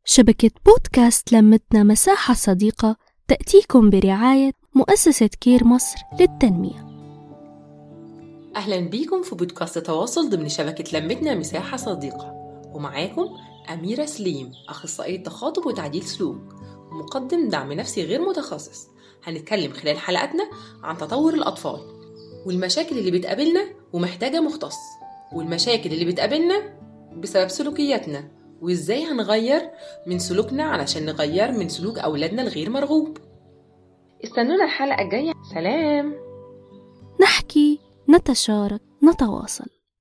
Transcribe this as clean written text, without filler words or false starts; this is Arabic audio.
شبكة بودكاست لمتنا مساحة صديقة تأتيكم برعاية مؤسسة كير مصر للتنمية. أهلا بيكم في بودكاست تواصل ضمن شبكة لمتنا مساحة صديقة، ومعاكم أميرة سليم، أخصائية تخاطب وتعديل سلوك ومقدم دعم نفسي غير متخصص. هنتكلم خلال حلقتنا عن تطور الأطفال والمشاكل اللي بتقابلنا ومحتاجة مختص، والمشاكل اللي بتقابلنا بسبب سلوكياتنا، وإزاي هنغير من سلوكنا علشان نغير من سلوك أولادنا الغير مرغوب. استنونا الحلقة الجاية. سلام. نحكي، نتشارك، نتواصل.